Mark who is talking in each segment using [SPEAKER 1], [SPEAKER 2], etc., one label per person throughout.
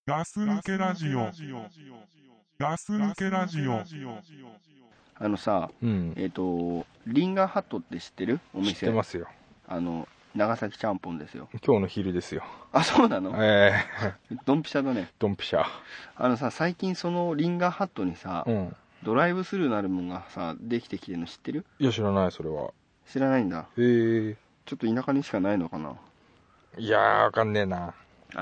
[SPEAKER 1] ガス抜けラジオ。ガス抜けラジオ。
[SPEAKER 2] さ、
[SPEAKER 3] うん、
[SPEAKER 2] リンガーハットって知ってるお店？
[SPEAKER 3] 知ってますよ。
[SPEAKER 2] 長崎ちゃんぽんですよ。
[SPEAKER 3] 今日の昼ですよ。
[SPEAKER 2] あ、そうなの？ドンピシャだね。
[SPEAKER 3] ドンピシャ。
[SPEAKER 2] さ、最近そのリンガーハットにさ、
[SPEAKER 3] うん。
[SPEAKER 2] ドライブスルーなるもんがさ、できてきてるの知ってる？
[SPEAKER 3] いや、知らない、それは。
[SPEAKER 2] 知らないんだ。
[SPEAKER 3] へえ。
[SPEAKER 2] ちょっと田舎にしかないのかな。
[SPEAKER 3] いやー、わかんねえな。
[SPEAKER 2] うん、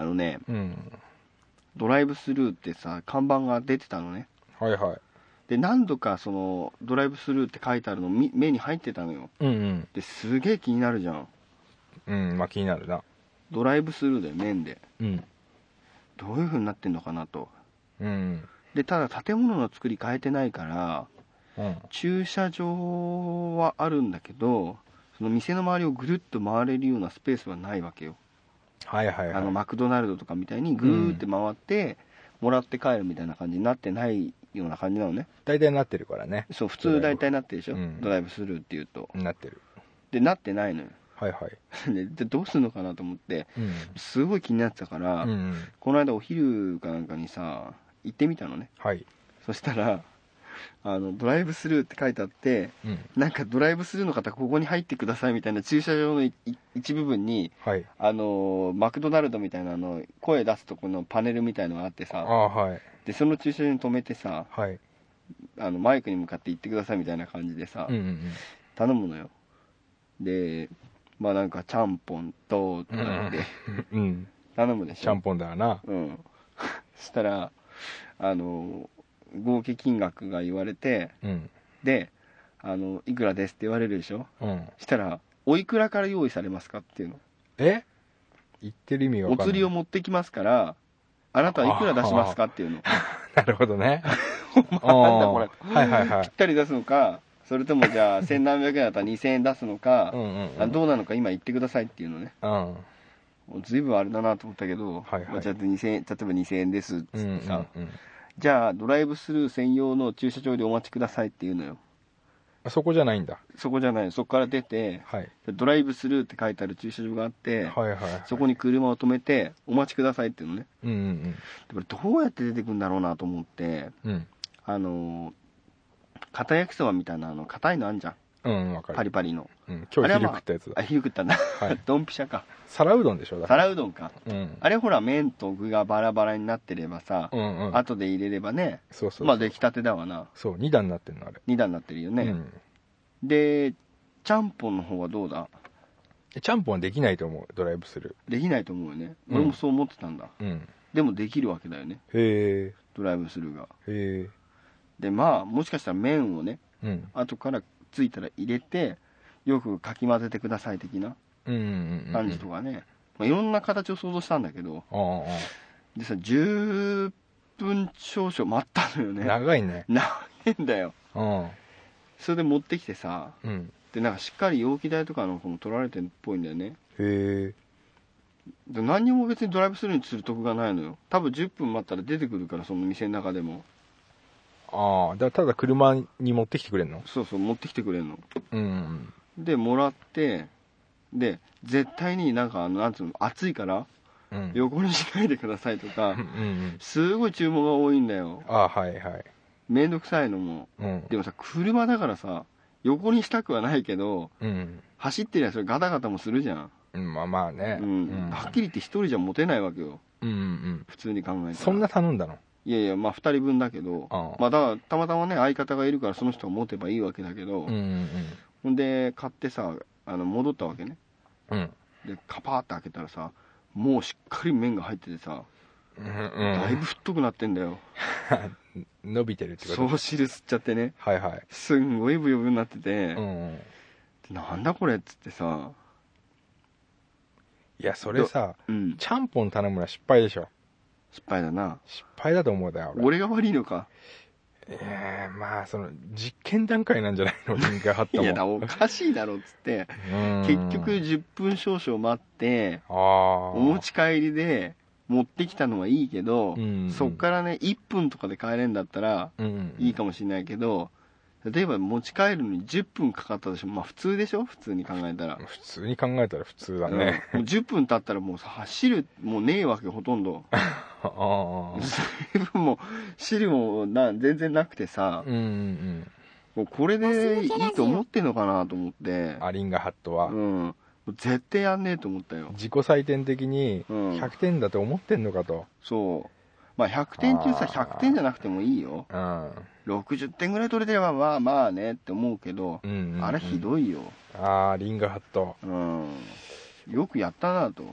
[SPEAKER 2] ドライブスルーってさ、看板が出てたのね。
[SPEAKER 3] はいはい。
[SPEAKER 2] で、何度かそのドライブスルーって書いてあるの目に入ってたのよ。
[SPEAKER 3] うん。
[SPEAKER 2] ですげえ気になるじゃん。
[SPEAKER 3] まあ気になるな。
[SPEAKER 2] ドライブスルーで面で
[SPEAKER 3] うん。
[SPEAKER 2] どういう風になってんのかなと。
[SPEAKER 3] うん。
[SPEAKER 2] で、ただ建物の作り変えてないから、
[SPEAKER 3] うん。
[SPEAKER 2] 駐車場はあるんだけど、その店の周りをぐるっと回れるようなスペースはないわけよ。
[SPEAKER 3] はいはいはい。
[SPEAKER 2] マクドナルドとかみたいにぐーって回って、もらって帰るみたいな感じになってないような感じなのね。
[SPEAKER 3] 大体なってるからね。
[SPEAKER 2] そう、普通大体なってるでしょ、
[SPEAKER 3] うん
[SPEAKER 2] ドライブスルーっていうと。
[SPEAKER 3] なってる。
[SPEAKER 2] で、なってないのよ。
[SPEAKER 3] はいはい。
[SPEAKER 2] で、どうするのかなと思って、
[SPEAKER 3] うん。
[SPEAKER 2] すごい気になってたから、この間お昼かなんかにさ、行ってみたのね。
[SPEAKER 3] はい。
[SPEAKER 2] そしたら、ドライブスルーって書いてあって、なんかドライブスルーの方ここに入ってくださいみたいな駐車場の一部分に、
[SPEAKER 3] はい。
[SPEAKER 2] マクドナルドみたいな声出すとこのパネルみたいのがあってさ、
[SPEAKER 3] はい。
[SPEAKER 2] でその駐車場に止めてさ、
[SPEAKER 3] はい。
[SPEAKER 2] マイクに向かって行ってくださいみたいな感じでさ、頼むのよ。で、まあなんかちゃんぽんとって言って頼むでしょ。
[SPEAKER 3] ちゃんぽんだな。
[SPEAKER 2] そしたら合計金額が言われて、でいくらですって言われるでしょ。したら、おいくらから用意されますかっていうの。
[SPEAKER 3] 言ってる意味が分かんない。
[SPEAKER 2] お釣りを持ってきますから、あなたはいくら出しますかっていうの。
[SPEAKER 3] なるほどね。
[SPEAKER 2] なんだこれ。はいはいはい。ぴったり出すのか、それともじゃあ千何百円だったら2000円出すのか、どうなのか今言ってくださいっていうのね。ずいぶんあれだなと思ったけど、じゃあ2000円、例えば2000円ですっつってさ、じゃあドライブスルー専用の駐車場でお待ちくださいっていうのよ。
[SPEAKER 3] そこじゃないんだ。
[SPEAKER 2] そこじゃない。そこから出て、ドライブスルーって書いてある駐車場があって、そこに車を止めてお待ちくださいっていうのね。これどうやって出てくるんだろうなと思って、片焼きそばみたいな硬いのあんじゃん。
[SPEAKER 3] わかる。
[SPEAKER 2] パリパリの。
[SPEAKER 3] 今日昼食ったやつだ。
[SPEAKER 2] 昼食ったんだ。ドンピシャか。
[SPEAKER 3] 皿うどんでしょ。
[SPEAKER 2] 皿うどんか。あれほら麺と具がバラバラになってればさ、後で入れればね、まあ出来たてだわな。
[SPEAKER 3] そう、2段になってるのあれ。
[SPEAKER 2] 2段になってるよね。で、ちゃんぽんの方はどうだ？
[SPEAKER 3] ちゃんぽんはできないと思う、ドライブスルー。
[SPEAKER 2] できないと思うよね。俺もそう思ってたんだ。でもできるわけだよね。ドライブスルーが。で、まあ、もしかしたら麺をね、後からついたら入れて、よくかき混ぜてください的な感じとかね。いろんな形を想像したんだけど、でさ、10分少々待ったのよね。
[SPEAKER 3] 長いね。
[SPEAKER 2] 長いんだよ。それで持ってきてさ、で、なんかしっかり容器代とかの方も取られてるっぽいんだよね。で、何にも別にドライブスルーにする得がないのよ。多分10分待ったら出てくるから、その店の中でも。
[SPEAKER 3] ただ車に持ってきてくれんの？
[SPEAKER 2] そうそう、持ってきてくれんの。で、もらって、で、絶対になんかなんつうの、暑いから、横にしないでくださいとか、すごい注文が多いんだよ。めんどくさいのも。でもさ、車だからさ、横にしたくはないけど、走ってりゃそれガタガタもするじゃん。
[SPEAKER 3] まあね。
[SPEAKER 2] はっきり言って一人じゃ持てないわけよ。普通に考えたら。
[SPEAKER 3] そんな頼んだの？
[SPEAKER 2] いやいや、まあ2人分だけど、まあだからたまたまね、相方がいるからその人が持てばいいわけだけど、ほんで買ってさ、戻ったわけね。で、カパーって開けたらさ、もうしっかり麺が入っててさ、だいぶ太くなってんだよ。
[SPEAKER 3] 伸びてるってこと？
[SPEAKER 2] そう、汁吸っちゃってね。すんごいブヨブヨになってて、なんだこれっつってさ。
[SPEAKER 3] いや、それさ、ちゃんぽん頼むのは失敗でしょ。
[SPEAKER 2] 失敗だな。
[SPEAKER 3] 失敗だと思うだよ、
[SPEAKER 2] 俺が悪いのか。
[SPEAKER 3] まあその実験段階なんじゃないの？リンガーハットも。
[SPEAKER 2] いやだ、おかしいだろっつって、結局10分少々待ってお持ち帰りで持ってきたのはいいけど、そっからね1分とかで帰れんだったらいいかもしれないけど、 例えば持ち帰るのに10分かかったでしょ。まあ普通でしょ、普通に考えたら。
[SPEAKER 3] 普通に考えたら普通だね、
[SPEAKER 2] もう10分経ったらもうさ、走るもうねえわけよ、ほとんど。水分も汁も全然なくてさ、もうこれでいいと思ってんのかなと思って。
[SPEAKER 3] リンガーハットは
[SPEAKER 2] 絶対やんねえと思ったよ。
[SPEAKER 3] 自己採点的に100点だと思ってんのかと。
[SPEAKER 2] そう。まあ100点中さ、100点じゃなくてもいいよ。60点ぐらい取れてればまあねって思うけど、あれひどいよ。
[SPEAKER 3] リンガーハット。
[SPEAKER 2] よくやったなと。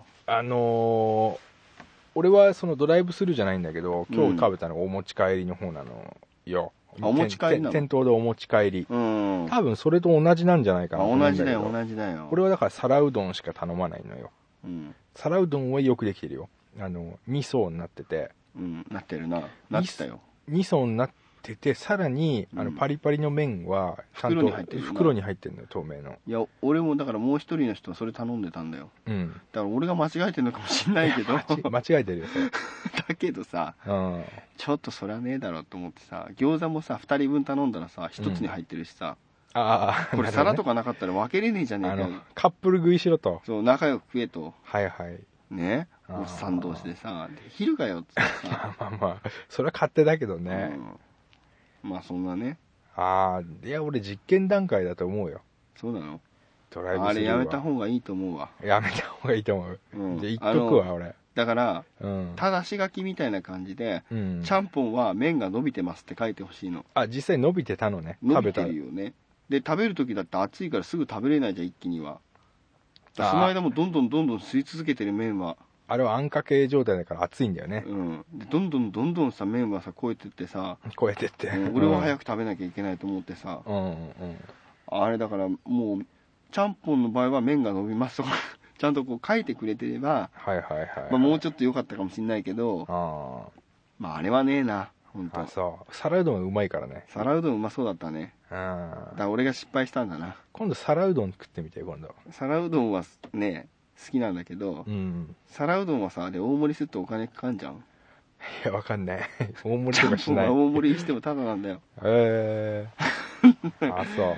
[SPEAKER 3] 俺はそのドライブスルーじゃないんだけど、今日食べたのがお持ち帰りの方なのよ。
[SPEAKER 2] お持ち帰りなの？
[SPEAKER 3] 店頭でお持ち帰り。多分それと同じなんじゃないかなと思うんだけど。
[SPEAKER 2] 同じだよ。
[SPEAKER 3] これはだから皿うどんしか頼まないのよ。皿うどんはよくできてるよ。2層になってて。
[SPEAKER 2] なってるな。なってたよ。
[SPEAKER 3] 2層になってて、さらにパリパリの麺はちゃんと袋に入ってるのよ、透明の。
[SPEAKER 2] いや、俺もだからもう一人の人はそれ頼んでたんだよ。だから俺が間違えてるのかもしんないけど
[SPEAKER 3] 間違えてるよそれ
[SPEAKER 2] だけどさ、ちょっとそりゃねえだろと思ってさ、餃子もさ2人分頼んだらさ1つに入ってるしさ、これ皿とかなかったら分けれねえじゃねえかよ。
[SPEAKER 3] カップル食いしろと。
[SPEAKER 2] そう、仲良く食えと。
[SPEAKER 3] はいはい。
[SPEAKER 2] ね、おっさん同士でさ、できるかよっつってさ
[SPEAKER 3] まあそれは勝手だけどね、
[SPEAKER 2] まあそんなね。
[SPEAKER 3] いや俺実験段階だと思うよ。
[SPEAKER 2] そうなの？
[SPEAKER 3] ドライブスルーは
[SPEAKER 2] あれやめた方がいいと思うわ。
[SPEAKER 3] やめた方がいいと思う。じゃあ言っとくわ俺。
[SPEAKER 2] だから、ただし書きみたいな感じで、ちゃんぽんは麺が伸びてますって書いてほしいの。
[SPEAKER 3] 実際伸びてたのね。
[SPEAKER 2] 伸びてるよね。で食べる時だって熱いからすぐ食べれないじゃん、一気には。その間もどんどん吸い続けてる麺は、
[SPEAKER 3] あれはあんかけ状態だから熱いんだよね。
[SPEAKER 2] でどんどんさ麺はさ超えてってさ、俺は早く食べなきゃいけないと思ってさ、あれだからもうちゃんぽんの場合は麺が伸びますとかちゃんとこう書いてくれてれば、もうちょっと良かったかもしれないけど、あれはねえな、本当。
[SPEAKER 3] そう皿うどんうまいからね。
[SPEAKER 2] 皿うどんうまそうだったね。だから俺が失敗したんだな。
[SPEAKER 3] 今度皿うどん食ってみて。今度
[SPEAKER 2] 皿うどんはね好きなんだけど、皿うどんはさ、で大盛りするとお金かかんじゃん。い
[SPEAKER 3] やわかんない大盛りとかしない。
[SPEAKER 2] 大盛りしてもタダなんだよ。
[SPEAKER 3] そう。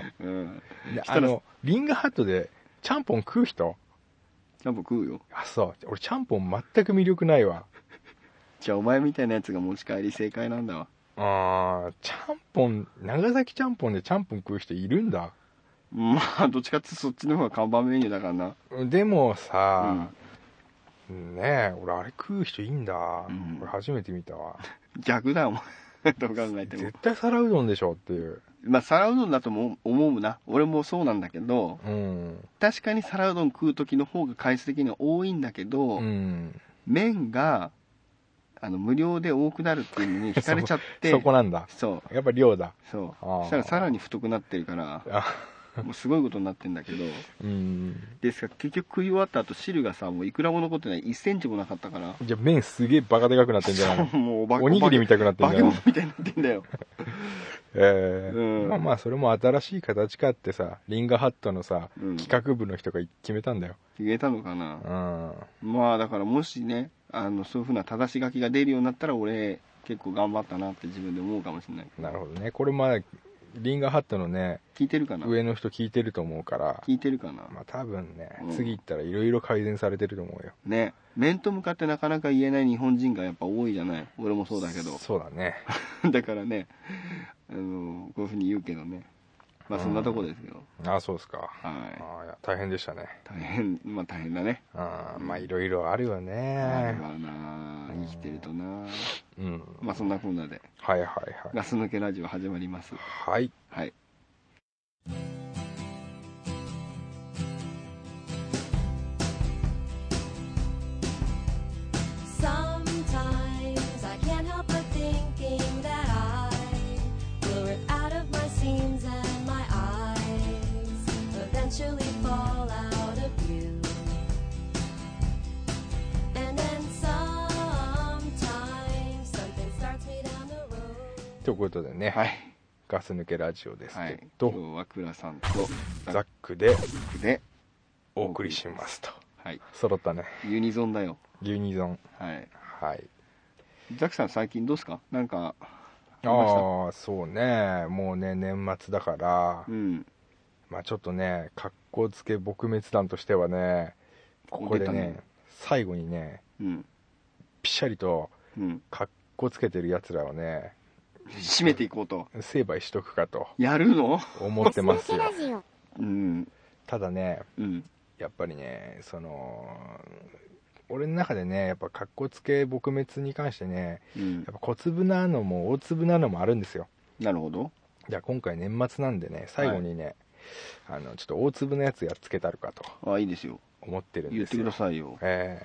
[SPEAKER 3] リンガーハットでちゃんぽん食う人？
[SPEAKER 2] ちゃんぽん食うよ。
[SPEAKER 3] そう。俺ちゃんぽん全く魅力ないわ。
[SPEAKER 2] じゃあお前みたいなやつが持ち帰り正解なんだわ。
[SPEAKER 3] ちゃんぽん、長崎ちゃんぽんでちゃんぽん食う人いるんだ。
[SPEAKER 2] まあどっちかってそっちの方が看板メニューだからな。
[SPEAKER 3] でもさ、ねえ、俺あれ食う人いいんだ。俺初めて見たわ。
[SPEAKER 2] 逆だよお前どう考えても。
[SPEAKER 3] 絶対皿うどんでしょっていう。
[SPEAKER 2] まあ皿うどんだとも思うな。俺もそうなんだけど、確かに皿うどん食う時の方が回数的には多いんだけど、麺が無料で多くなるっていうのに惹かれちゃって
[SPEAKER 3] そこなんだ。
[SPEAKER 2] そう
[SPEAKER 3] やっぱ量だ。
[SPEAKER 2] そうそしたらさらに太くなってるからもうすごいことになってんだけど、ですから結局食い終わった後汁がさ、もういくらも残ってない、1センチもなかったから。
[SPEAKER 3] じゃあ麺すげえバカでかくなってんじゃないの？
[SPEAKER 2] もう
[SPEAKER 3] おにぎりみたくなってんじゃないの？
[SPEAKER 2] 化け物みたいになってんだよ
[SPEAKER 3] まあそれも新しい形かってさ、リンガーハットのさ、企画部の人が決めたんだよ。
[SPEAKER 2] 決めたのかな。まあだからもしね、そういう風な正し書きが出るようになったら俺結構頑張ったなって自分で思うかもしれない。
[SPEAKER 3] なるほどね。これまあリンガーハットのね、
[SPEAKER 2] 聞いてるかな、
[SPEAKER 3] 上の人聞いてると思うから。
[SPEAKER 2] 聞いてるかな。
[SPEAKER 3] まあ多分ね、次行ったらいろいろ改善されてると思うよ
[SPEAKER 2] ね。面と向かってなかなか言えない日本人がやっぱ多いじゃない。俺もそうだけど。
[SPEAKER 3] そうだね
[SPEAKER 2] だからね、こういうふうに言うけどね、まあそんなとこですよ。
[SPEAKER 3] そうですか。いや大変でしたね。
[SPEAKER 2] 大変だね。
[SPEAKER 3] まあいろいろあるよね。
[SPEAKER 2] あるわな、生きてるとな。まあそんなこんなでガス抜けラジオ始まります。
[SPEAKER 3] はい。ということでね、ガス抜けラジオですけど、
[SPEAKER 2] 今日は倉さんと
[SPEAKER 3] ザックでお送りしますと。揃ったね。
[SPEAKER 2] ユニゾンだよ。
[SPEAKER 3] ユニゾン。
[SPEAKER 2] ザックさん最近どうすか？なんか
[SPEAKER 3] ああ、そうね。もうね、年末だから、
[SPEAKER 2] うん、
[SPEAKER 3] まあちょっとね、格好つけ撲滅団としてはね、ここでね、最後にね、
[SPEAKER 2] うん、
[SPEAKER 3] ぴしゃりと、格好つけてるやつらをね、
[SPEAKER 2] 締めていこうと。
[SPEAKER 3] 成敗しとくかと。
[SPEAKER 2] やるの
[SPEAKER 3] 思ってますよ。
[SPEAKER 2] うん。
[SPEAKER 3] ただね、
[SPEAKER 2] うん、
[SPEAKER 3] やっぱりね、俺の中でね、やっぱ格好つけ撲滅に関してね、やっぱ小粒なのも大粒なのもあるんですよ。
[SPEAKER 2] なるほど。
[SPEAKER 3] じゃあ今回年末なんでね、最後にね、ちょっと大粒のやつやっつけたるかと。
[SPEAKER 2] あ、いいですよ。
[SPEAKER 3] 思ってるんですよ。
[SPEAKER 2] 言ってくださいよ。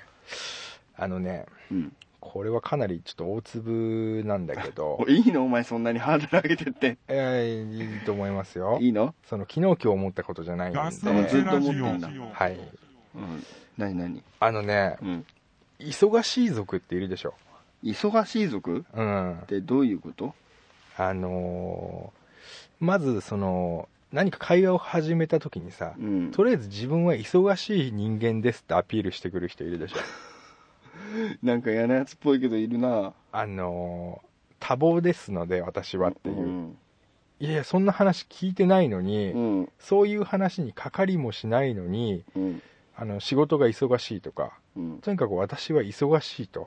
[SPEAKER 3] これはかなりちょっと大粒なんだけど。
[SPEAKER 2] いいのお前そんなにハードル上げてって。
[SPEAKER 3] いいと思いますよ。
[SPEAKER 2] いいの？
[SPEAKER 3] 昨日今日思ったことじゃないんで。
[SPEAKER 2] ずっと思ってんだ。
[SPEAKER 3] はい。
[SPEAKER 2] 何？
[SPEAKER 3] 忙しい族っているでしょ。
[SPEAKER 2] 忙しい族？ってどういうこと？
[SPEAKER 3] まず何か会話を始めた時にさ、とりあえず自分は忙しい人間ですってアピールしてくる人いるでしょ。
[SPEAKER 2] なんか嫌なやつっぽいけどいるな。
[SPEAKER 3] 多忙ですので私はっていう、いやいやそんな話聞いてないのに、そういう話にかかりもしないのに、仕事が忙しいとか、とにかく私は忙しいと、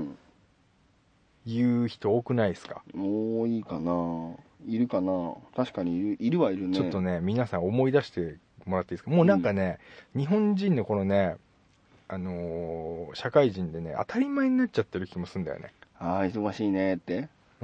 [SPEAKER 3] いう人多くないですか？
[SPEAKER 2] 多いかな。いるかな。確かにいるはいるね。
[SPEAKER 3] ちょっとね皆さん思い出してもらっていいですか？もうなんかね、日本人のこのね社会人でね当たり前になっちゃってる気もするんだよね。
[SPEAKER 2] ああ忙しいねって。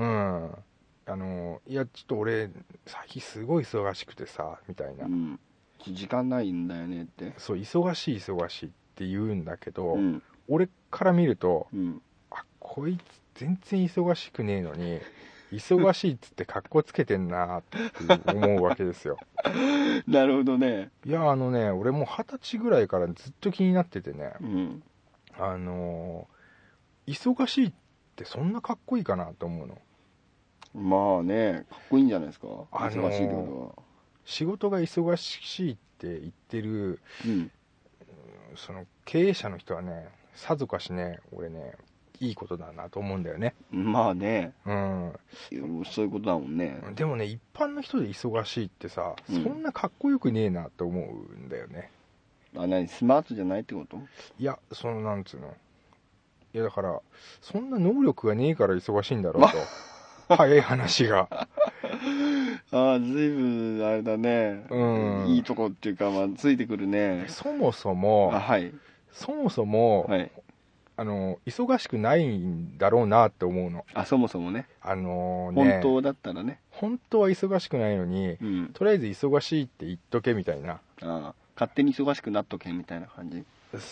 [SPEAKER 3] いやちょっと俺最近すごい忙しくてさみたいな、
[SPEAKER 2] 時間ないんだよねって。
[SPEAKER 3] そう忙しいって言うんだけど、俺から見ると、あこいつ全然忙しくねえのに忙しいっつってカッコつけてんなって思うわけですよ。
[SPEAKER 2] なるほどね。
[SPEAKER 3] いや俺もう20歳ぐらいからずっと気になっててね、忙しいってそんなかっこいいかなと思うの。
[SPEAKER 2] まあね、かっこいいんじゃないですか。忙しいってことは。
[SPEAKER 3] 仕事が忙しいって言ってる、その経営者の人はねさぞかしね俺ねいいことだなと思うんだよね。
[SPEAKER 2] まあね、そういうことだもんね。
[SPEAKER 3] でもね一般の人で忙しいってさ、そんなかっこよくねえなと思うんだよね。
[SPEAKER 2] 何スマートじゃないってこと？
[SPEAKER 3] いやなんつうの、いやだからそんな能力がねえから忙しいんだろうと早い話が
[SPEAKER 2] 随分あれだね、いいとこっていうか、ついてくるね。
[SPEAKER 3] そもそも、忙しくないんだろうなって思うの。
[SPEAKER 2] そもそもね。本当だったらね。
[SPEAKER 3] 本当は忙しくないのに、とりあえず忙しいって言っとけみたいな。
[SPEAKER 2] 勝手に忙しくなっとけみたいな感じ。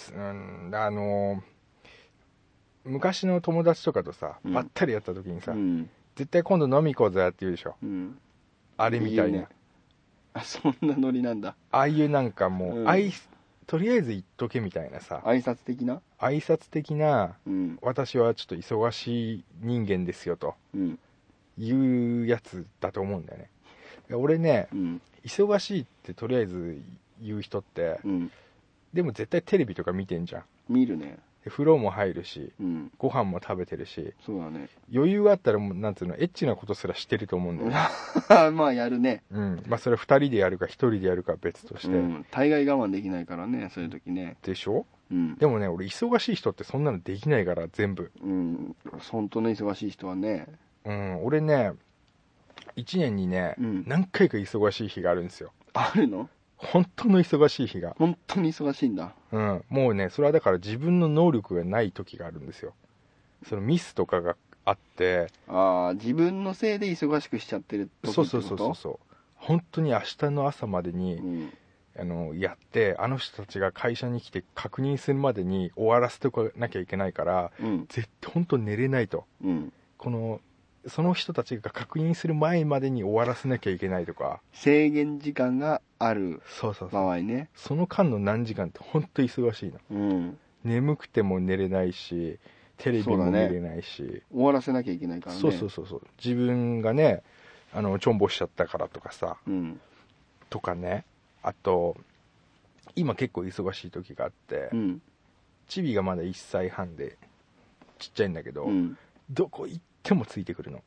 [SPEAKER 3] 昔の友達とかとさ、ばったりやった時にさ、絶対今度飲み行こうぜって言うでしょ。あれみたいな。
[SPEAKER 2] そんなノリなんだ。
[SPEAKER 3] ああいうなんかもう、とりあえず言っとけみたいなさ、
[SPEAKER 2] 挨拶的な、
[SPEAKER 3] 私はちょっと忙しい人間ですよと、いうやつだと思うんだよね。俺ね、忙しいってとりあえず言う人って、でも絶対テレビとか見てんじゃん。
[SPEAKER 2] 見るね。
[SPEAKER 3] 風呂も入るし、ご飯も食べてるし、
[SPEAKER 2] そうだね、
[SPEAKER 3] 余裕があったらもうなんつうのエッチなことすらしてると思うんだよ
[SPEAKER 2] まあやるね。
[SPEAKER 3] それは2人でやるか1人でやるか別として、
[SPEAKER 2] 大概我慢できないからねそういう時ね。
[SPEAKER 3] でしょ、でもね俺忙しい人ってそんなのできないから全部。
[SPEAKER 2] 本当の忙しい人はね。
[SPEAKER 3] 俺ね1年にね、何回か忙しい日があるんですよ。
[SPEAKER 2] あるの？
[SPEAKER 3] 本当の忙しい日が。
[SPEAKER 2] 本当に忙しいんだ。
[SPEAKER 3] もうねそれはだから自分の能力がない時があるんですよ。そのミスとかがあって、
[SPEAKER 2] 自分のせいで忙しくしちゃってる時ってこと？
[SPEAKER 3] そう本当に明日の朝までに、やってあの人たちが会社に来て確認するまでに終わらせておかなきゃいけないから、絶対本当寝れないと、その人たちが確認する前までに終わらせなきゃいけないとか、
[SPEAKER 2] 制限時間がある場合ね。
[SPEAKER 3] その間の何時間って本当忙しいの、眠くても寝れないしテレビも見れないし、
[SPEAKER 2] 終わらせなきゃいけないからね。
[SPEAKER 3] そう自分がねちょんぼしちゃったからとかさ、とかね。あと今結構忙しい時があって、チビがまだ1歳半でちっちゃいんだけど、どこ行ってもついてくるの。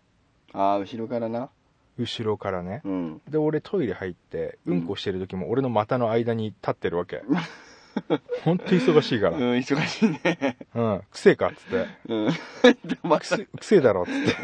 [SPEAKER 2] ああ、後ろからな。
[SPEAKER 3] 後ろからね、で俺トイレ入ってうんこしてる時も俺の股の間に立ってるわけ。ほんと忙しいから。
[SPEAKER 2] 忙しいね。
[SPEAKER 3] くせえかっつって。くせえだろっつって。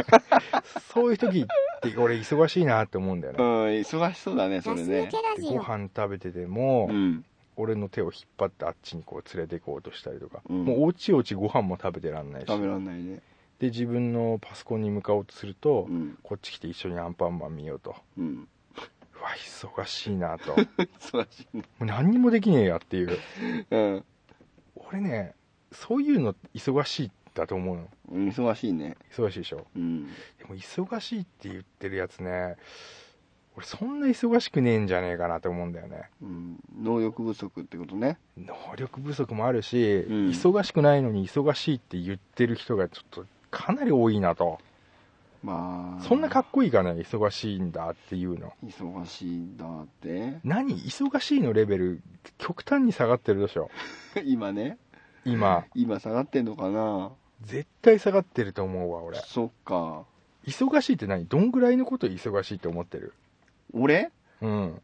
[SPEAKER 3] そういう時って俺忙しいなって思うんだよね。
[SPEAKER 2] 忙しそうだね、それね。
[SPEAKER 3] ご飯食べてても、俺の手を引っ張ってあっちにこう連れて行こうとしたりとか、もうおうちご飯も食べてらんないし。
[SPEAKER 2] 食べらんないね。
[SPEAKER 3] で自分のパソコンに向かおうとすると、こっち来て一緒にアンパンマン見ようと、うわ忙しいなと。
[SPEAKER 2] 忙しいね。
[SPEAKER 3] もう何にもできねえやっていう、俺ねそういうの忙しいだと思うの。
[SPEAKER 2] 忙しいね。
[SPEAKER 3] 忙しいでしょ。でも忙しいって言ってるやつね、俺そんな忙しくねえんじゃねえかなと思うんだよね。
[SPEAKER 2] 能力不足ってことね。
[SPEAKER 3] 能力不足もあるし、忙しくないのに忙しいって言ってる人がちょっとかなり多いなと。
[SPEAKER 2] まあ
[SPEAKER 3] そんなかっこいいかね、忙しいんだっていうの。
[SPEAKER 2] 忙しいんだって
[SPEAKER 3] 何、忙しいのレベル極端に下がってるでしょ。
[SPEAKER 2] 今ね。
[SPEAKER 3] 今
[SPEAKER 2] 下がってんのかな。
[SPEAKER 3] 絶対下がってると思うわ俺。
[SPEAKER 2] そっか。
[SPEAKER 3] 忙しいって何、どんぐらいのこと忙しいって思ってる？
[SPEAKER 2] 俺ね、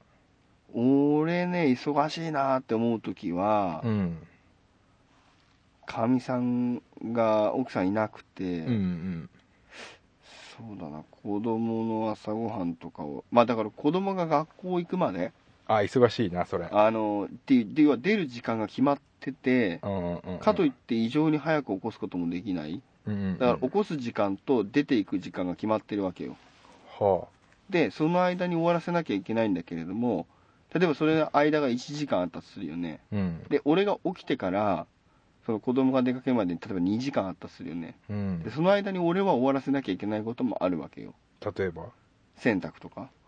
[SPEAKER 2] 忙しいなって思う時は、かみさんが奥さんいなくて、そうだな、子供の朝ごはんとかを、だから子供が学校行くまで、
[SPEAKER 3] 忙しいなそれ。
[SPEAKER 2] では出る時間が決まってて、かといって異常に早く起こすこともできない、だから起こす時間と出ていく時間が決まってるわけよ。でその間に終わらせなきゃいけないんだけれども、例えばそれの間が1時間あったとするよね、で俺が起きてからその子供が出かけるまでに例えば2時間あったとするよね、でその間に俺は終わらせなきゃいけないこともあるわけよ。
[SPEAKER 3] 例えば
[SPEAKER 2] 洗濯とか、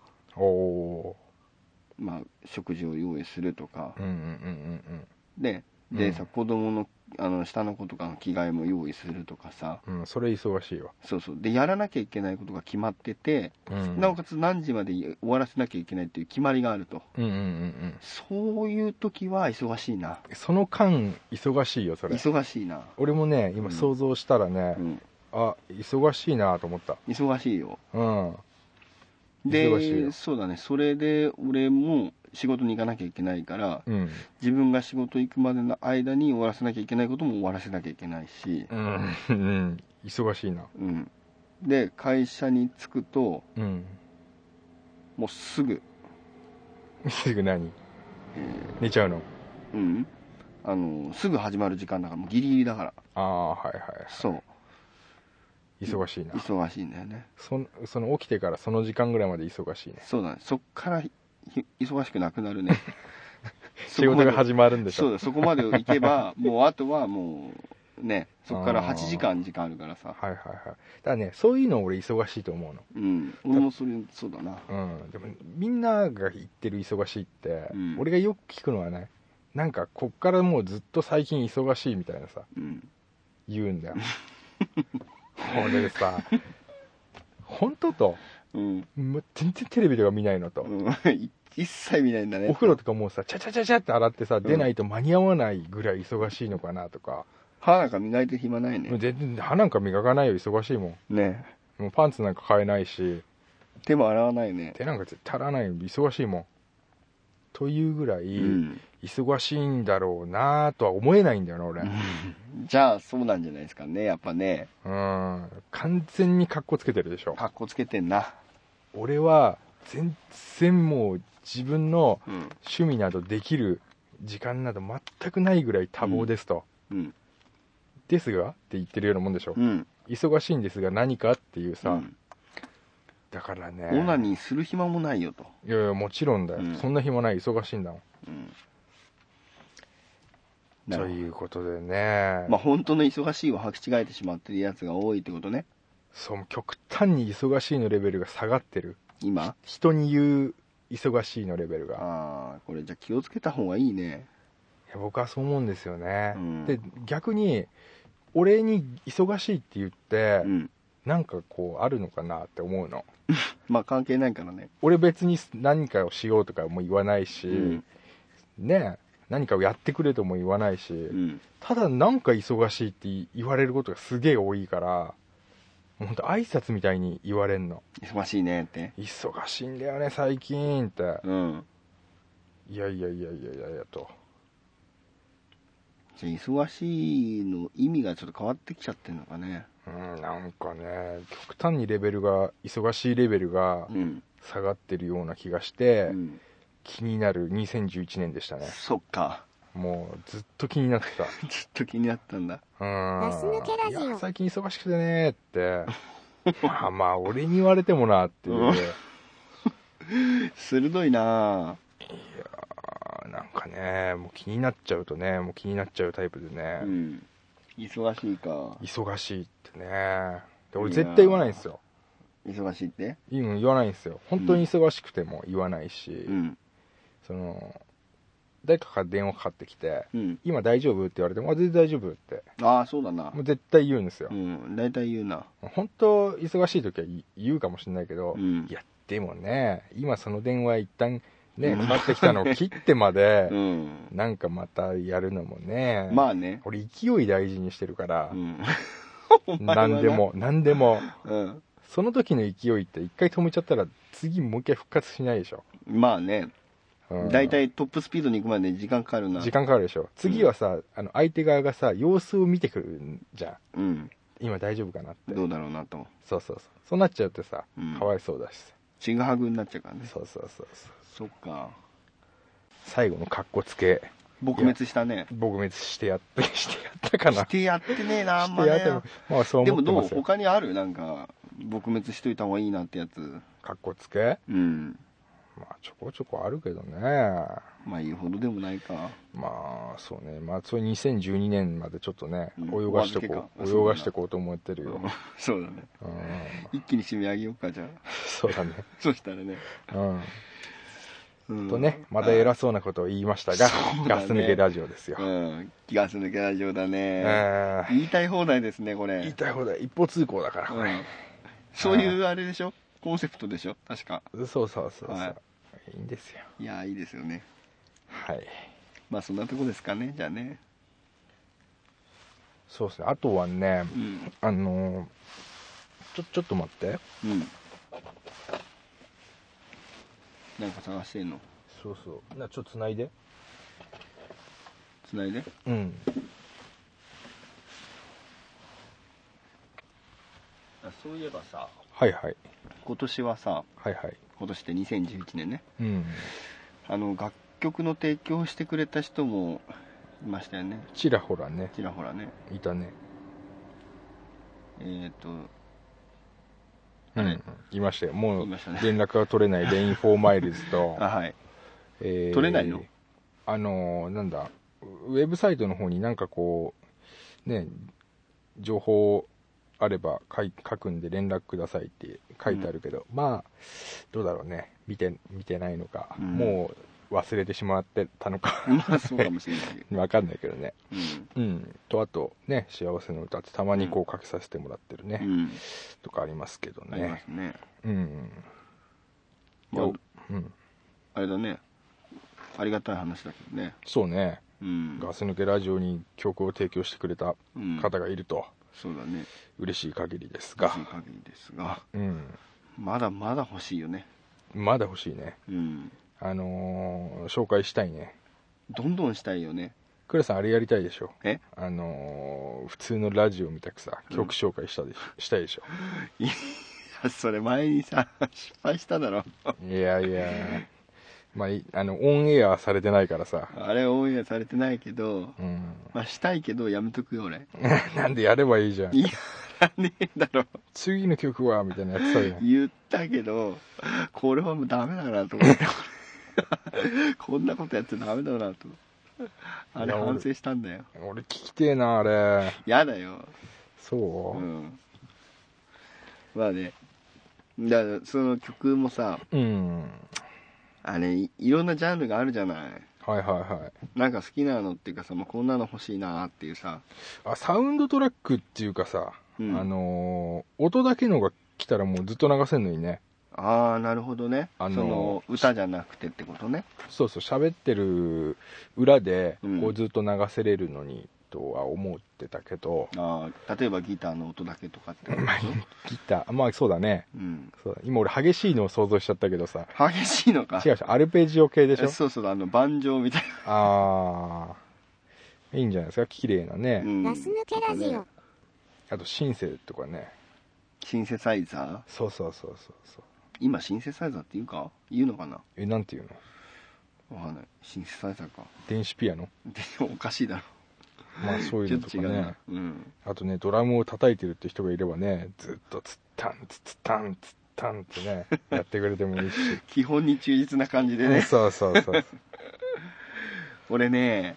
[SPEAKER 2] 食事を用意するとか、でさ、子供の下の子とかの着替えも用意するとかさ、
[SPEAKER 3] それ忙しいわ。
[SPEAKER 2] そうでやらなきゃいけないことが決まってて、なおかつ何時まで終わらせなきゃいけないっていう決まりがあると、そういう時は忙しいな。
[SPEAKER 3] その間忙しいよそれ。
[SPEAKER 2] 忙しいな。
[SPEAKER 3] 俺もね今想像したらね、忙しいなと思った。
[SPEAKER 2] 忙しいよ。でそうだね、それで俺も仕事に行かなきゃいけないから、自分が仕事行くまでの間に終わらせなきゃいけないことも終わらせなきゃいけないし、
[SPEAKER 3] 忙しいな。
[SPEAKER 2] で会社に着くと、もうすぐ
[SPEAKER 3] 何、寝ちゃうの？
[SPEAKER 2] すぐ始まる時間だから、もうギリギリだから。そう
[SPEAKER 3] 忙しいな。
[SPEAKER 2] 忙しいんだよね。
[SPEAKER 3] その起きてからその時間ぐらいまで忙しいね。
[SPEAKER 2] そうだね、そっから忙しくなくなるね。
[SPEAKER 3] 仕事が始まるんでしょ。
[SPEAKER 2] そうだ、そこまで行けばもうあとはもうね、そこから8時間あるからさ。
[SPEAKER 3] だからね、そういうの俺忙しいと思うの。
[SPEAKER 2] 俺もそうだな。
[SPEAKER 3] でもみんなが言ってる忙しいって、俺がよく聞くのはね、なんかこっからもうずっと最近忙しいみたいなさ、言うんだよ。俺でさ、本当と、全然テレビとか見ないのと、
[SPEAKER 2] 一切見ないんだね。
[SPEAKER 3] お風呂とかもうさ、チャチャチャチャって洗ってさ、出ないと間に合わないぐらい忙しいのかなとか。
[SPEAKER 2] 歯なんか磨いて暇ないね。
[SPEAKER 3] 全然歯なんか磨かないよ、忙しいもんね。もうパンツなんか買えないし、
[SPEAKER 2] 手も洗わないね。
[SPEAKER 3] 手なんか絶対洗わないよ、忙しいもん。というぐらい、忙しいんだろうなとは思えないんだよな俺。
[SPEAKER 2] じゃあそうなんじゃないですかね、やっぱね。
[SPEAKER 3] 完全にカッコつけてるでしょ。
[SPEAKER 2] カッコつけてんな。
[SPEAKER 3] 俺は全然もう自分の趣味などできる時間など全くないぐらい多忙ですと、ですがって言ってるようなもんでしょ、忙しいんですが何かっていうさ、だからね、
[SPEAKER 2] オナニーする暇もないよと。
[SPEAKER 3] いやもちろんだよ、そんな暇ない、忙しいんだもん。ということでね、
[SPEAKER 2] 本当の忙しいを履き違えてしまってるやつが多いってことね。
[SPEAKER 3] そう、極端に忙しいのレベルが下がってる
[SPEAKER 2] 今。
[SPEAKER 3] 人に言う忙しいのレベルが。
[SPEAKER 2] これじゃ気をつけた方がいいね。
[SPEAKER 3] いや僕はそう思うんですよね、で逆に俺に忙しいって言って、なんかこうあるのかなって思うの。
[SPEAKER 2] 関係ないからね。
[SPEAKER 3] 俺別に何かをしようとかも言わないし、ね、何かをやってくれとも言わないし、ただなんか忙しいって言われることがすげえ多いから、 ほんと挨拶みたいに言われんの。
[SPEAKER 2] 忙しいねって。
[SPEAKER 3] 忙しいんだよね最近って。
[SPEAKER 2] うん。
[SPEAKER 3] いやと。
[SPEAKER 2] じゃあ忙しいの意味がちょっと変わってきちゃってんのかね。
[SPEAKER 3] なんかね、極端にレベルが、忙しいレベルが下がってるような気がして、気になる2011年でしたね。
[SPEAKER 2] そっか。
[SPEAKER 3] もうずっと気になってた。
[SPEAKER 2] ずっと気になったんだ。
[SPEAKER 4] ガス抜けラジオ。
[SPEAKER 3] いや最近忙しくてねって。まあ俺に言われてもなっていう。
[SPEAKER 2] 鋭いな。
[SPEAKER 3] いやなんかね、もう気になっちゃうとね、もう気になっちゃうタイプでね。
[SPEAKER 2] 忙しいか。
[SPEAKER 3] 忙しいってね。で俺絶対言わないんですよ。
[SPEAKER 2] 忙しいって？
[SPEAKER 3] 言わないんですよ。本当に忙しくても言わないし、その誰かから電話かかってきて、今大丈夫って言われても、全然大丈夫って。
[SPEAKER 2] ああ、そうだな。
[SPEAKER 3] もう絶対言うんですよ。
[SPEAKER 2] 大体言うな。
[SPEAKER 3] 本当忙しい時は言うかもしれないけど、いやでもね、今その電話一旦ね、かかってきたのを切ってまで、なんかまたやるのもね。
[SPEAKER 2] まあね。
[SPEAKER 3] 俺勢い大事にしてるから、何でも、その時の勢いって一回止めちゃったら次もう一回復活しないでしょ。
[SPEAKER 2] まあね。だいたいトップスピードに行くまで時間かかるな。
[SPEAKER 3] 時間かかるでしょ。次はさ、相手側がさ、様子を見てくるじゃん。今大丈夫かなって。
[SPEAKER 2] どうだろうなと。
[SPEAKER 3] そうなっちゃうとさ、かわいそうだしさ。
[SPEAKER 2] ちぐはぐになっちゃうからね。
[SPEAKER 3] そう。
[SPEAKER 2] そっか。
[SPEAKER 3] 最後のカッコつけ。
[SPEAKER 2] 撲滅したね。
[SPEAKER 3] 撲滅してやったかな。
[SPEAKER 2] してやってねえな、あんまね。
[SPEAKER 3] まあそう思ってますよ。
[SPEAKER 2] でも他にある？なんか、撲滅しといた方がいいなってやつ。
[SPEAKER 3] カッコつけ？まあちょこちょこあるけどね。
[SPEAKER 2] まあ言うほどでもないか。
[SPEAKER 3] まあそうね。まあそれ2012年までちょっとね、泳がしてこうと思ってるよ。
[SPEAKER 2] そうだね。一気に締め上げようか、じゃあ。
[SPEAKER 3] そうだね。
[SPEAKER 2] そしたらね。
[SPEAKER 3] とね、また偉そうなことを言いましたが、ガス抜けラジオですよ。
[SPEAKER 2] ガス抜けラジオだね。言いたい放題ですね、これ。
[SPEAKER 3] 言いたい放題。一方通行だから、これ。
[SPEAKER 2] そういうあれでしょ？コンセプトでしょ？確か。
[SPEAKER 3] そう。いいんですよ。
[SPEAKER 2] いや、いいですよね。
[SPEAKER 3] はい。
[SPEAKER 2] まあそんなとこですかね、じゃあね。
[SPEAKER 3] そうですね。あとはね、ちょっと待って。
[SPEAKER 2] なんか探してんの？
[SPEAKER 3] そう。ちょっとつないで。
[SPEAKER 2] つないで？そういえばさ。
[SPEAKER 3] はい。
[SPEAKER 2] 今年はさ。今年って2011年ね。楽曲の提供してくれた人もいましたよね。
[SPEAKER 3] ちらほらね。いたね。いましたよ。もう連絡が取れないレインフォーマイルズと
[SPEAKER 2] 取れないの？
[SPEAKER 3] なんだ、ウェブサイトの方になんかこうね、情報あれば書くんで連絡くださいって書いてあるけど、まあどうだろうね、見てないのか、もう忘れてしまってたのか
[SPEAKER 2] まあそうかもしれない
[SPEAKER 3] 分かんないけどね。とあとね、幸せの歌ってたまにこうかけさせてもらってるね、とかありますけどね。
[SPEAKER 2] ありますね。あれだね、ありがたい話だけどね。
[SPEAKER 3] そうね。ガス抜けラジオに曲を提供してくれた方がいると、
[SPEAKER 2] そうだね、
[SPEAKER 3] 嬉しい限りですが、
[SPEAKER 2] まだまだ欲しいよね。
[SPEAKER 3] まだ欲しいね。紹介したいね。
[SPEAKER 2] どんどんしたいよね。
[SPEAKER 3] クラさんあれやりたいでしょ。普通のラジオみたくさ、曲紹介したいでしょ。
[SPEAKER 2] いや、それ前にさ失敗しただろ。
[SPEAKER 3] いやまあオンエアされてないからさ。
[SPEAKER 2] あれオンエアされてないけど、まあしたいけどやめとくよ俺。
[SPEAKER 3] なんでやればいいじゃん。
[SPEAKER 2] いやねえだろ。
[SPEAKER 3] 次の曲はみたいなやつさ。
[SPEAKER 2] 言ったけどこれはもうダメだなと思ってこんなことやってダメだなと。あれ反省したんだよ。
[SPEAKER 3] 俺聞きてえなあれ。
[SPEAKER 2] やだよ。
[SPEAKER 3] そう？
[SPEAKER 2] まあね、だからその曲もさ、あれいろんなジャンルがあるじゃない。なんか好きなのっていうかさ、まあ、こんなの欲しいなっていうさ、
[SPEAKER 3] サウンドトラックっていうかさ、音だけのが来たらもうずっと流せんのにね。
[SPEAKER 2] ああ、なるほどね。その歌じゃなくてってことね。
[SPEAKER 3] そう喋ってる裏でこうずっと流せれるのにとは思ってたけど、
[SPEAKER 2] 例えばギターの音だけとかって
[SPEAKER 3] ギター、まあそうだね、そうだ、今俺激しいのを想像しちゃったけどさ。
[SPEAKER 2] 激しいのか。
[SPEAKER 3] 違う、アルペジオ系でしょ。
[SPEAKER 2] そうそう、バンジョーみたい
[SPEAKER 3] な。いいんじゃないですか、綺麗なね。
[SPEAKER 4] ガス抜けラジオ。
[SPEAKER 3] あとシンセとかね。
[SPEAKER 2] シンセサイザー。
[SPEAKER 3] そう。
[SPEAKER 2] 今シンセサイザーって言うのかな。
[SPEAKER 3] なんて言う
[SPEAKER 2] の。わかんない。シンセサイザーか。
[SPEAKER 3] 電子ピアノ。
[SPEAKER 2] おかしいだろ。
[SPEAKER 3] まあそういうのとかね。あとね、ドラムを叩いてるって人がいればね、ずっとツッタンツッタンツッタンってねやってくれてもいいし。
[SPEAKER 2] 基本に忠実な感じでね。
[SPEAKER 3] そう。
[SPEAKER 2] 俺ね、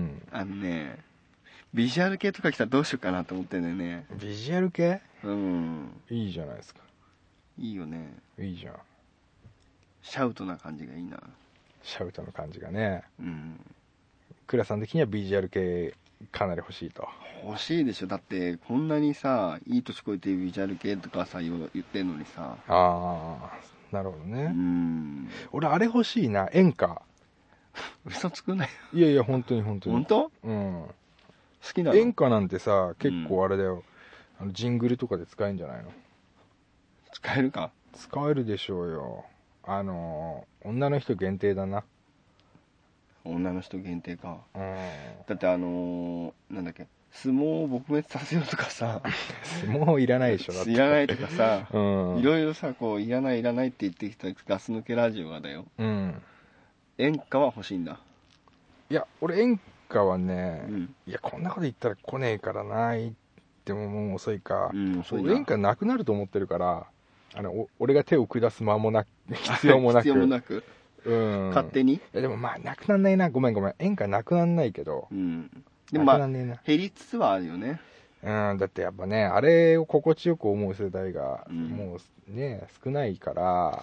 [SPEAKER 2] ビジュアル系とか来たらどうしようかなと思ってんだよね。
[SPEAKER 3] ビジュアル系？いいじゃないですか。
[SPEAKER 2] いいよね。
[SPEAKER 3] いいじゃん。
[SPEAKER 2] シャウトな感じがいいな。
[SPEAKER 3] シャウトの感じがね。倉さん的にはビジュアル系かなり欲しいと。
[SPEAKER 2] 欲しいでしょ。だってこんなにさ、いい年越えてビジュアル系とかさ言ってんのにさ。
[SPEAKER 3] なるほどね。俺あれ欲しいな、演歌。
[SPEAKER 2] 嘘つくない。
[SPEAKER 3] いや本当に。本
[SPEAKER 2] 当？好きなの？
[SPEAKER 3] 演歌なんてさ、結構あれだよ、ジングルとかで使えるんじゃないの？
[SPEAKER 2] 使えるか？
[SPEAKER 3] 使えるでしょうよ。女の人限定だな。
[SPEAKER 2] 女の人限定か。だってなんだっけ、相撲を撲滅させようとかさ。
[SPEAKER 3] 相撲いらないでしょ。だって
[SPEAKER 2] いらないとかさ、いろいろさ、こういらないって言ってきたガス抜けラジオがだよ。演歌は欲しいんだ。
[SPEAKER 3] いや俺演歌はね、いやこんなこと言ったら来ねえからな、言ってももう遅いか。俺演歌なくなると思ってるから、俺が手を下す間もなく必要もなく
[SPEAKER 2] 勝手に。
[SPEAKER 3] でもまあなくなんないな。ごめん演歌なくなんないけど、
[SPEAKER 2] でもまあ減りつつはあるよね。
[SPEAKER 3] だってやっぱね、あれを心地よく思う世代がもうね、少ないから。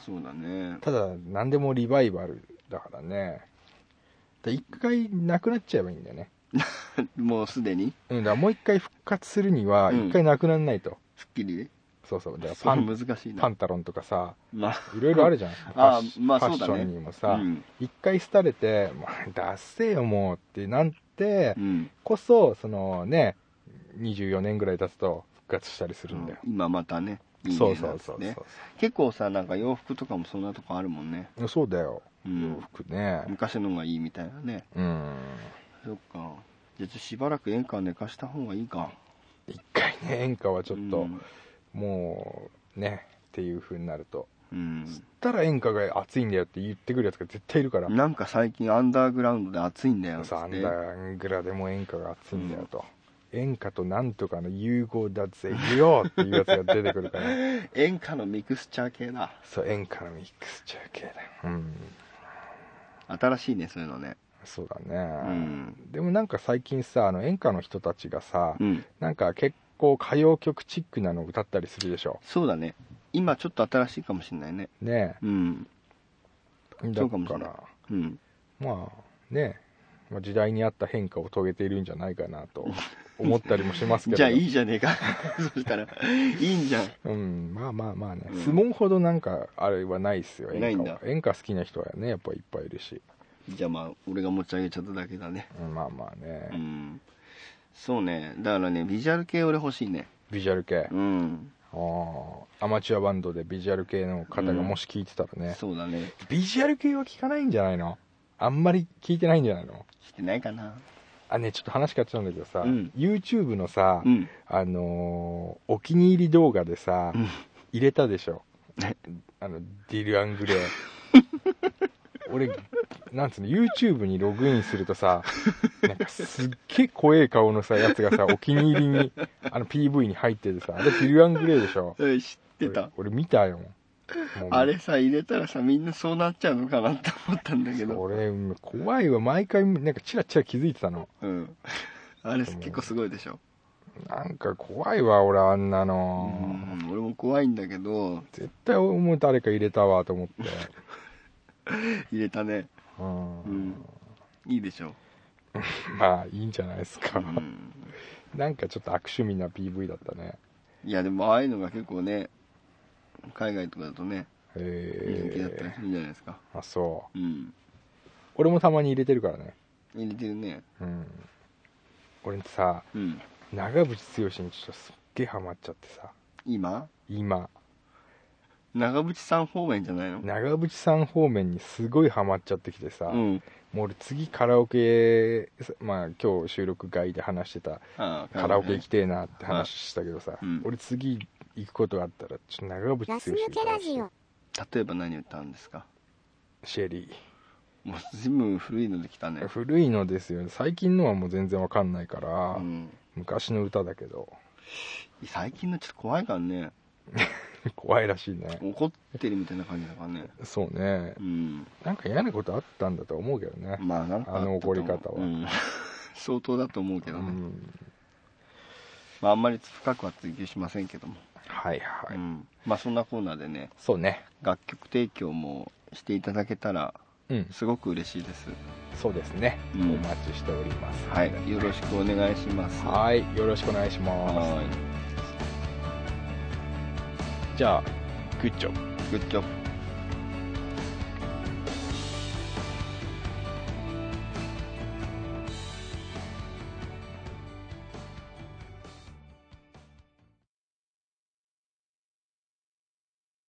[SPEAKER 2] そうだね。
[SPEAKER 3] ただ何でもリバイバルだからね。一回なくなっちゃえばいいんだよね。
[SPEAKER 2] もうすでに。
[SPEAKER 3] だからもう一回復活するには一回なくなんないと。
[SPEAKER 2] すっきり。
[SPEAKER 3] そう。だ
[SPEAKER 2] から難しいな。
[SPEAKER 3] パンタロンとかさ、いろいろあるじゃん。ファッションにもさ、一回廃れて、出せよもうってなんて、こそそのね、24年ぐらい経つと復活したりするんだよ。
[SPEAKER 2] 今またね。
[SPEAKER 3] そう。
[SPEAKER 2] 結構さ、なんか洋服とかもそんなとこあるもんね。
[SPEAKER 3] そうだよ。洋服ね。
[SPEAKER 2] 昔のがいいみたいなね。そっか。じゃあしばらく演歌寝かした方がいいか。
[SPEAKER 3] 一回ね、演歌はちょっと、もうねっていう風になると、つったら演歌が熱いんだよって言ってくるやつが絶対いるから。
[SPEAKER 2] なんか最近アンダーグラウンドで熱いんだよって。
[SPEAKER 3] アンダーグラでも演歌が熱いんだよと、演歌となんとかの融合だぜよっていうやつが出てくるから
[SPEAKER 2] 演歌のミクスチャー系だ。
[SPEAKER 3] そう、演歌のミクスチャー系だよ。
[SPEAKER 2] 新しいね、そういうのね。
[SPEAKER 3] そうだね、でもなんか最近さ、演歌の人たちがさ、なんか結構歌謡曲チックなのを歌ったりするでしょ。
[SPEAKER 2] そうだね、今ちょっと新しいかもしれないね。
[SPEAKER 3] ねえ、
[SPEAKER 2] そうかもしれない。
[SPEAKER 3] まあね、時代に合った変化を遂げているんじゃないかなと思ったりもしますけど
[SPEAKER 2] じゃあいいじゃねえかそしたらいいんじゃ
[SPEAKER 3] ん。まあね、相撲ほどなんかあれはないっすよ、演歌は。演歌好きな人はねやっぱいっぱいいるし。
[SPEAKER 2] じゃあまあ俺が持ち上げちゃっただけだね。
[SPEAKER 3] まあね、
[SPEAKER 2] そうね。だからね、ビジュアル系俺欲しいね。
[SPEAKER 3] ビジュアル系。アマチュアバンドでビジュアル系の方がもし聞いてたらね、
[SPEAKER 2] そうだね。
[SPEAKER 3] ビジュアル系は聞かないんじゃないの？あんまり聞いてないんじゃないの？
[SPEAKER 2] 聞いてないかな。
[SPEAKER 3] ね、ちょっと話変わっちゃうんだけどさ、YouTube のさ、お気に入り動画でさ、入れたでしょ。ディル・アングレー俺なんつうの、 YouTube にログインするとさ、なんかすっげえ怖え顔のさやつがさ、お気に入りにPV に入っててさ、あれディル・アングレーでしょ。
[SPEAKER 2] 知ってた。
[SPEAKER 3] 俺見たよ。
[SPEAKER 2] あれさ入れたらさ、みんなそうなっちゃうのかなって思ったんだけど。
[SPEAKER 3] 俺怖いわ。毎回なんかチラチラ気づいてたの。
[SPEAKER 2] あれ結構すごいでしょ。
[SPEAKER 3] なんか怖いわ俺、あんなの。
[SPEAKER 2] 俺も怖いんだけど、
[SPEAKER 3] 絶対もう誰か入れたわと思って
[SPEAKER 2] 入れたね。いいでしょ。
[SPEAKER 3] まあいいんじゃないですか。なんかちょっと悪趣味な PV だったね。
[SPEAKER 2] いやでもああいうのが結構ね、海外とかだとね、人気だったりするんじゃないですか。
[SPEAKER 3] あ、そう。俺もたまに入れてるからね。
[SPEAKER 2] 入れてるね。
[SPEAKER 3] 俺さ、長渕剛にちょっとすっげえハマっちゃってさ。
[SPEAKER 2] 今長渕さん方面じゃないの？
[SPEAKER 3] 長渕さん方面にすごいハマっちゃってきてさ、もう俺次カラオケ、まあ今日収録外で話してたカラオケ行きてえなって話したけどさ、俺次行くことがあったらちょっと長渕剛に
[SPEAKER 2] 例えば何歌うんですか？
[SPEAKER 3] シェリ
[SPEAKER 2] ー。もう随分古いのできたね。
[SPEAKER 3] 古いのですよね。最近のはもう全然わかんないから、昔の歌だけど。
[SPEAKER 2] 最近のちょっと怖いからね。
[SPEAKER 3] 怖いらしいね。
[SPEAKER 2] 怒ってるみたいな感じだからね。
[SPEAKER 3] そうね。なんか嫌なことあったんだと思うけどね。
[SPEAKER 2] まあなんか
[SPEAKER 3] あの怒り方は、
[SPEAKER 2] 相当だと思うけどね。まああんまり深くは追求しませんけども。
[SPEAKER 3] はいはい。
[SPEAKER 2] まあそんなコーナーでね。
[SPEAKER 3] そうね。
[SPEAKER 2] 楽曲提供もしていただけたらすごく嬉しいです。
[SPEAKER 3] そうですね。お待ちしております。
[SPEAKER 2] はい。よろしくお願いします。
[SPEAKER 3] はい。よろしくお願いします。じゃあ、グッジョブ。
[SPEAKER 2] グッジョブ。